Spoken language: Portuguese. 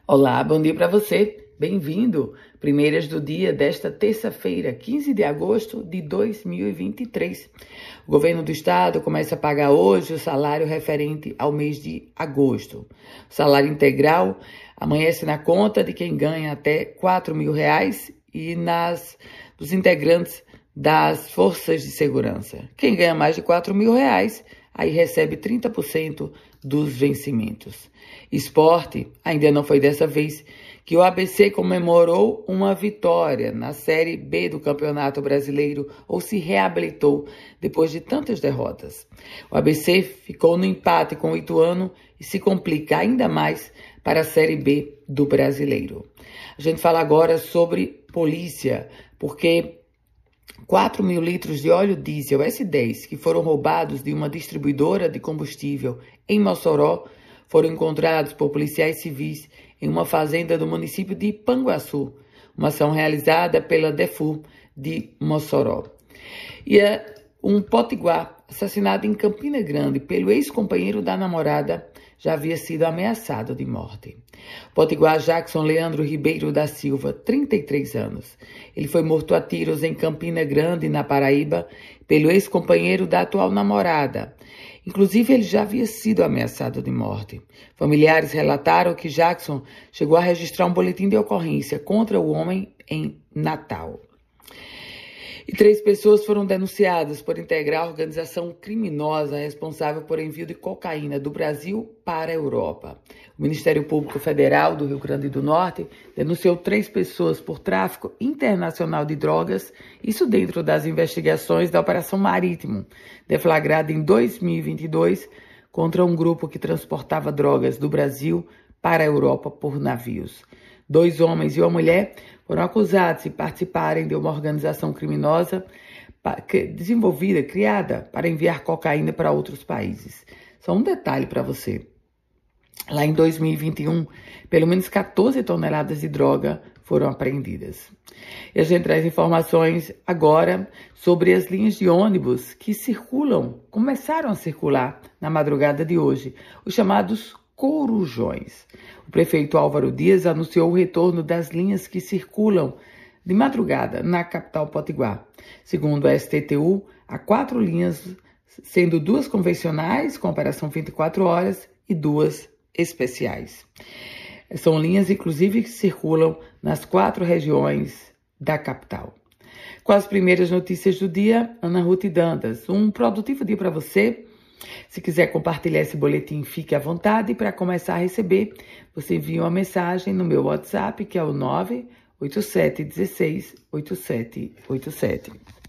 Olá, bom dia para você. Bem-vindo. Primeiras do dia desta terça-feira, 15 de agosto de 2023. O governo do estado começa a pagar hoje o salário referente ao mês de agosto. O salário integral amanhece na conta de quem ganha até R$ 4.000 e dos integrantes das forças de segurança. Quem ganha mais de R$ 4.000, aí recebe 30% dos vencimentos. Esporte, ainda não foi dessa vez que o ABC comemorou uma vitória na Série B do Campeonato Brasileiro ou se reabilitou depois de tantas derrotas. O ABC ficou no empate com o Ituano e se complica ainda mais para a Série B do Brasileiro. A gente fala agora sobre polícia, porque 4.000 litros de óleo diesel S10 que foram roubados de uma distribuidora de combustível em Mossoró foram encontrados por policiais civis em uma fazenda do município de Panguaçu, uma ação realizada pela DEFUR de Mossoró. E um potiguar assassinado em Campina Grande pelo ex-companheiro da namorada já havia sido ameaçado de morte. Potiguar Jackson Leandro Ribeiro da Silva, 33 anos. Ele foi morto a tiros em Campina Grande, na Paraíba, pelo ex-companheiro da atual namorada. Inclusive, ele já havia sido ameaçado de morte. Familiares relataram que Jackson chegou a registrar um boletim de ocorrência contra o homem em Natal. E 3 pessoas foram denunciadas por integrar a organização criminosa responsável por envio de cocaína do Brasil para a Europa. O Ministério Público Federal do Rio Grande do Norte denunciou 3 pessoas por tráfico internacional de drogas, isso dentro das investigações da Operação Marítimo, deflagrada em 2022 contra um grupo que transportava drogas do Brasil para a Europa por navios. 2 homens e uma mulher foram acusados de participarem de uma organização criminosa criada para enviar cocaína para outros países. Só um detalhe para você. Lá em 2021, pelo menos 14 toneladas de droga foram apreendidas. E a gente traz informações agora sobre as linhas de ônibus que começaram a circular na madrugada de hoje, os chamados corujões. O prefeito Álvaro Dias anunciou o retorno das linhas que circulam de madrugada na capital potiguar. Segundo a STTU, há 4 linhas, sendo 2 convencionais, com operação 24 horas, e 2 especiais. São linhas, inclusive, que circulam nas 4 regiões da capital. Com as primeiras notícias do dia, Ana Ruth Dantas. Um produtivo dia para você. Se quiser compartilhar esse boletim, fique à vontade. Para começar a receber, você envia uma mensagem no meu WhatsApp, que é o 987168787.